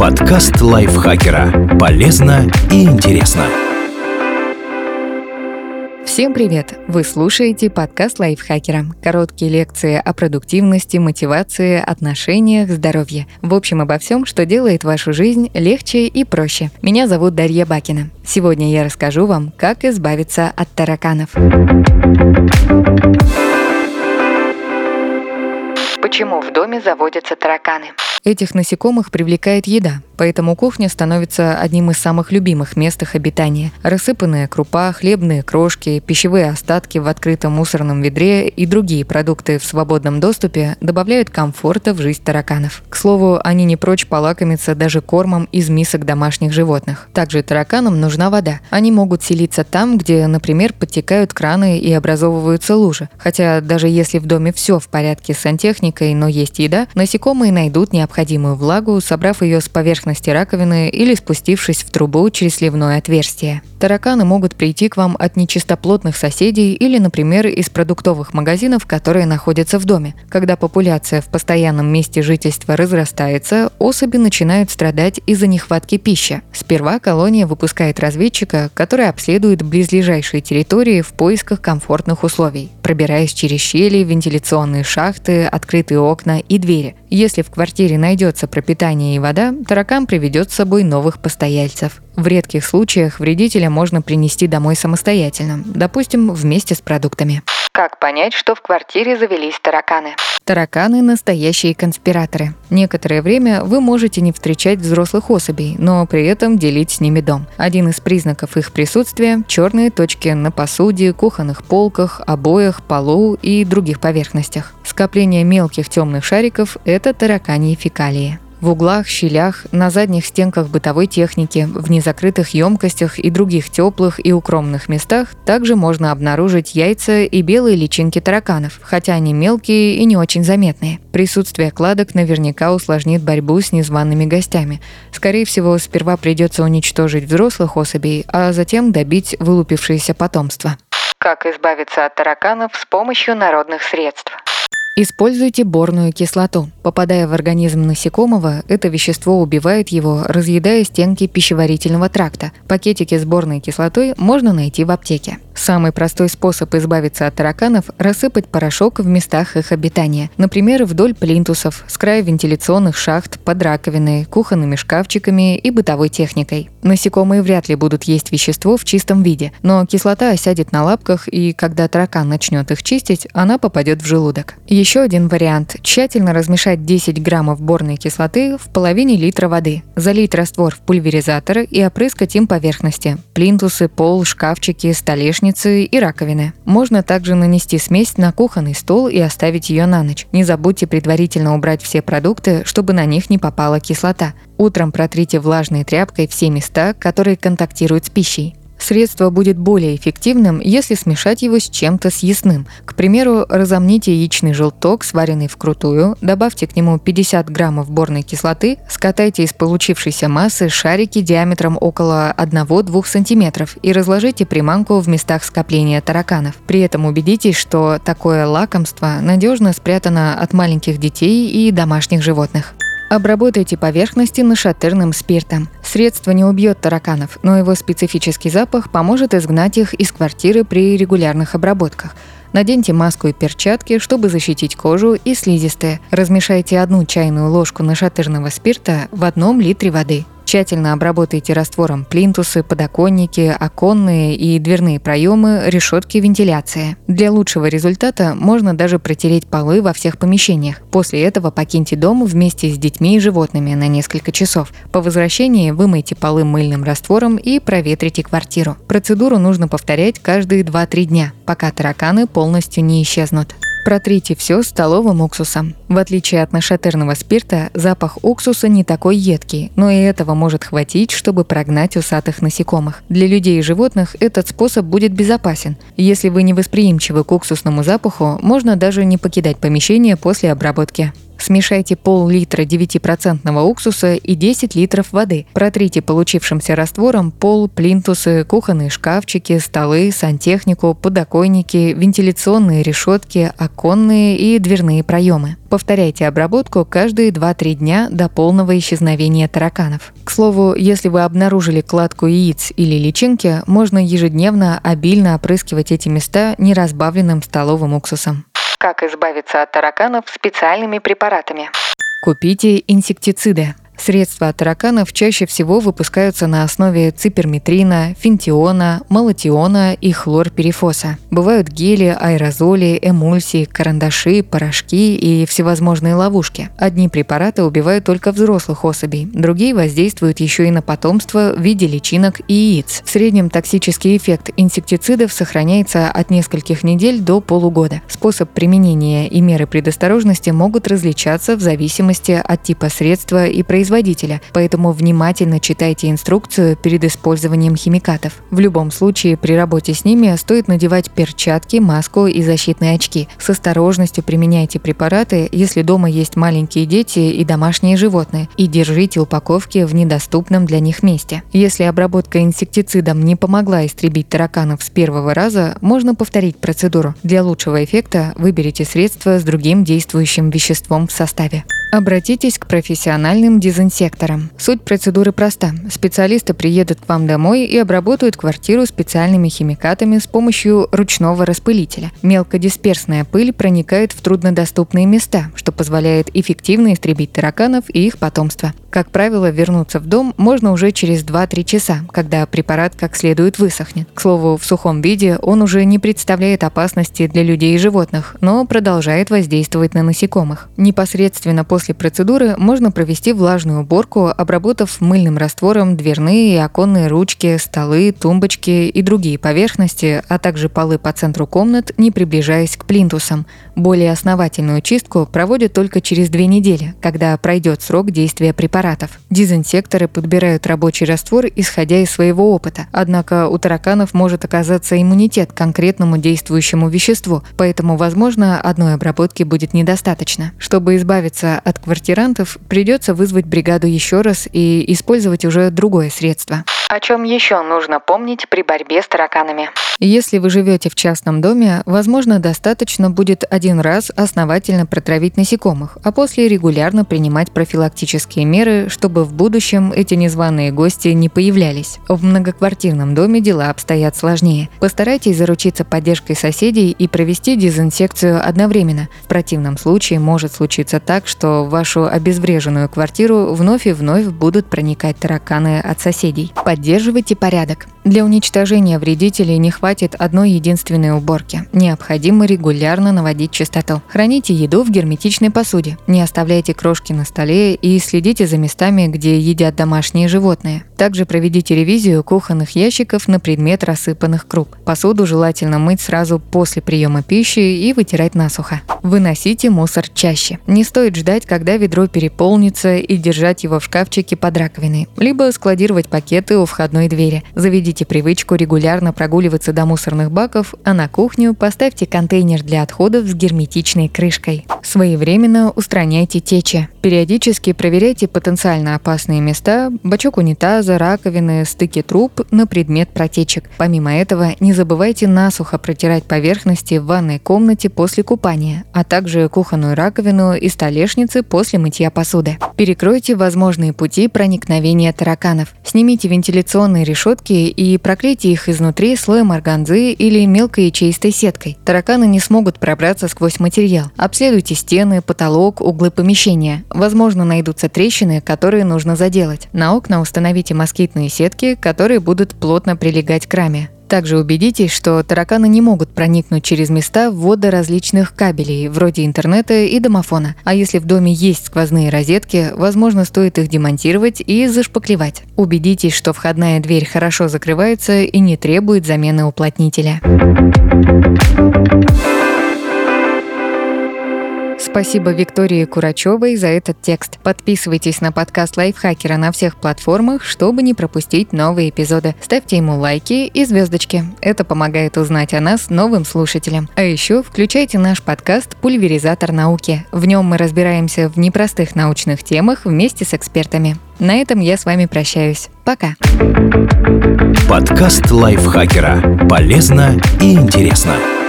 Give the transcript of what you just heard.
Подкаст лайфхакера. Полезно и интересно. Всем привет! Вы слушаете подкаст лайфхакера. Короткие лекции о продуктивности, мотивации, отношениях, здоровье. В общем, обо всем, что делает вашу жизнь легче и проще. Меня зовут Дарья Бакина. Сегодня я расскажу вам, как избавиться от тараканов. Почему в доме заводятся тараканы? Этих насекомых привлекает еда, поэтому кухня становится одним из самых любимых мест их обитания. Рассыпанная крупа, хлебные крошки, пищевые остатки в открытом мусорном ведре и другие продукты в свободном доступе добавляют комфорта в жизнь тараканов. К слову, они не прочь полакомиться даже кормом из мисок домашних животных. Также тараканам нужна вода. Они могут селиться там, где, например, подтекают краны и образовываются лужи. Хотя даже если в доме все в порядке с сантехникой, но есть еда, насекомые найдут необходимую влагу, собрав ее с поверхности раковины или спустившись в трубу через сливное отверстие. Тараканы могут прийти к вам от нечистоплотных соседей или, например, из продуктовых магазинов, которые находятся в доме. Когда популяция в постоянном месте жительства разрастается, особи начинают страдать из-за нехватки пищи. Сперва колония выпускает разведчика, который обследует близлежащие территории в поисках комфортных условий, пробираясь через щели, вентиляционные шахты, открытые окна и двери. Если в квартире найдется пропитание и вода, таракан приведет с собой новых постояльцев. В редких случаях вредителя можно принести домой самостоятельно, допустим, вместе с продуктами. Как понять, что в квартире завелись тараканы? Тараканы – настоящие конспираторы. Некоторое время вы можете не встречать взрослых особей, но при этом делить с ними дом. Один из признаков их присутствия – черные точки на посуде, кухонных полках, обоях, полу и других поверхностях. Скопление мелких темных шариков – это тараканьи фекалии. В углах, щелях, на задних стенках бытовой техники, в незакрытых емкостях и других теплых и укромных местах также можно обнаружить яйца и белые личинки тараканов, хотя они мелкие и не очень заметные. Присутствие кладок наверняка усложнит борьбу с незваными гостями. Скорее всего, сперва придется уничтожить взрослых особей, а затем добить вылупившееся потомство. Как избавиться от тараканов с помощью народных средств? Используйте борную кислоту. Попадая в организм насекомого, это вещество убивает его, разъедая стенки пищеварительного тракта. Пакетики с борной кислотой можно найти в аптеке. Самый простой способ избавиться от тараканов – рассыпать порошок в местах их обитания. Например, вдоль плинтусов, с края вентиляционных шахт, под раковиной, кухонными шкафчиками и бытовой техникой. Насекомые вряд ли будут есть вещество в чистом виде, но кислота осядет на лапках, и когда таракан начнет их чистить, она попадет в желудок. Еще один вариант – тщательно размешать 10 граммов борной кислоты в половине литра воды, залить раствор в пульверизатор и опрыскать им поверхности – плинтусы, пол, шкафчики, столешницы и раковины. Можно также нанести смесь на кухонный стол и оставить ее на ночь. Не забудьте предварительно убрать все продукты, чтобы на них не попала кислота. Утром протрите влажной тряпкой все места, которые контактируют с пищей. Средство будет более эффективным, если смешать его с чем-то съестным. К примеру, разомните яичный желток, сваренный вкрутую, добавьте к нему 50 граммов борной кислоты, скатайте из получившейся массы шарики диаметром около 1-2 см и разложите приманку в местах скопления тараканов. При этом убедитесь, что такое лакомство надежно спрятано от маленьких детей и домашних животных. Обработайте поверхности нашатырным спиртом. Средство не убьет тараканов, но его специфический запах поможет изгнать их из квартиры при регулярных обработках. Наденьте маску и перчатки, чтобы защитить кожу и слизистые. Размешайте 1 чайную ложку нашатырного спирта в 1 литре воды. Тщательно обработайте раствором плинтусы, подоконники, оконные и дверные проемы, решетки вентиляции. Для лучшего результата можно даже протереть полы во всех помещениях. После этого покиньте дом вместе с детьми и животными на несколько часов. По возвращении вымойте полы мыльным раствором и проветрите квартиру. Процедуру нужно повторять каждые 2-3 дня, пока тараканы полностью не исчезнут. Протрите все столовым уксусом. В отличие от нашатырного спирта, запах уксуса не такой едкий, но и этого может хватить, чтобы прогнать усатых насекомых. Для людей и животных этот способ будет безопасен. Если вы не восприимчивы к уксусному запаху, можно даже не покидать помещение после обработки. Смешайте пол-литра 9% уксуса и 10 литров воды. Протрите получившимся раствором пол, плинтусы, кухонные шкафчики, столы, сантехнику, подоконники, вентиляционные решетки, оконные и дверные проемы. Повторяйте обработку каждые 2-3 дня до полного исчезновения тараканов. К слову, если вы обнаружили кладку яиц или личинки, можно ежедневно обильно опрыскивать эти места неразбавленным столовым уксусом. Как избавиться от тараканов специальными препаратами? Купите инсектициды. Средства от тараканов чаще всего выпускаются на основе циперметрина, фентиона, малатиона и хлорпирифоса. Бывают гели, аэрозоли, эмульсии, карандаши, порошки и всевозможные ловушки. Одни препараты убивают только взрослых особей, другие воздействуют еще и на потомство в виде личинок и яиц. В среднем токсический эффект инсектицидов сохраняется от нескольких недель до полугода. Способ применения и меры предосторожности могут различаться в зависимости от типа средства и производителя, поэтому внимательно читайте инструкцию перед использованием химикатов. В любом случае, при работе с ними стоит надевать перчатки, маску и защитные очки. С осторожностью применяйте препараты, если дома есть маленькие дети и домашние животные, и держите упаковки в недоступном для них месте. Если обработка инсектицидом не помогла истребить тараканов с первого раза, можно повторить процедуру. Для лучшего эффекта выберите средство с другим действующим веществом в составе. Обратитесь к профессиональным дезинсекторам. Суть процедуры проста. Специалисты приедут к вам домой и обработают квартиру специальными химикатами с помощью ручного распылителя. Мелкодисперсная пыль проникает в труднодоступные места, что позволяет эффективно истребить тараканов и их потомство. Как правило, вернуться в дом можно уже через 2-3 часа, когда препарат как следует высохнет. К слову, в сухом виде он уже не представляет опасности для людей и животных, но продолжает воздействовать на насекомых. Непосредственно после процедуры можно провести влажную уборку, обработав мыльным раствором дверные и оконные ручки, столы, тумбочки и другие поверхности, а также полы по центру комнат, не приближаясь к плинтусам. Более основательную чистку проводят только через 2 недели, когда пройдет срок действия препаратов. Дезинсекторы подбирают рабочий раствор, исходя из своего опыта. Однако у тараканов может оказаться иммунитет к конкретному действующему веществу, поэтому, возможно, одной обработки будет недостаточно. Чтобы избавиться от квартирантов, придется вызвать бригаду еще раз и использовать уже другое средство. О чем еще нужно помнить при борьбе с тараканами? Если вы живете в частном доме, возможно, достаточно будет один раз основательно протравить насекомых, а после регулярно принимать профилактические меры, чтобы в будущем эти незваные гости не появлялись. В многоквартирном доме дела обстоят сложнее. Постарайтесь заручиться поддержкой соседей и провести дезинсекцию одновременно. В противном случае может случиться так, что в вашу обезвреженную квартиру вновь и вновь будут проникать тараканы от соседей. Поддерживайте порядок. Для уничтожения вредителей не хватит одной единственной уборки. Необходимо регулярно наводить чистоту. Храните еду в герметичной посуде. Не оставляйте крошки на столе и следите за местами, где едят домашние животные. Также проведите ревизию кухонных ящиков на предмет рассыпанных круп. Посуду желательно мыть сразу после приема пищи и вытирать насухо. Выносите мусор чаще. Не стоит ждать, когда ведро переполнится, и держать его в шкафчике под раковиной, либо складировать пакеты у входной двери. Заведите привычку регулярно прогуливаться до мусорных баков, а на кухню поставьте контейнер для отходов с герметичной крышкой. Своевременно устраняйте течи. Периодически проверяйте потенциально опасные места, бачок унитаза, раковины, стыки труб на предмет протечек. Помимо этого, не забывайте насухо протирать поверхности в ванной комнате после купания, а также кухонную раковину и столешницы после мытья посуды. Перекройте возможные пути проникновения тараканов. Снимите вентиляционные решетки и проклейте их изнутри слоем органзы или мелкой ячеистой сеткой. Тараканы не смогут пробраться сквозь материал. Обследуйте стены, потолок, углы помещения. Возможно, найдутся трещины, которые нужно заделать. На окна установите москитные сетки, которые будут плотно прилегать к раме. Также убедитесь, что тараканы не могут проникнуть через места ввода различных кабелей, вроде интернета и домофона. А если в доме есть сквозные розетки, возможно, стоит их демонтировать и зашпаклевать. Убедитесь, что входная дверь хорошо закрывается и не требует замены уплотнителя. Спасибо Виктории Курачевой за этот текст. Подписывайтесь на подкаст Лайфхакера на всех платформах, чтобы не пропустить новые эпизоды. Ставьте ему лайки и звездочки. Это помогает узнать о нас новым слушателям. А еще включайте наш подкаст «Пульверизатор науки». В нем мы разбираемся в непростых научных темах вместе с экспертами. На этом я с вами прощаюсь. Пока. Подкаст Лайфхакера. Полезно и интересно.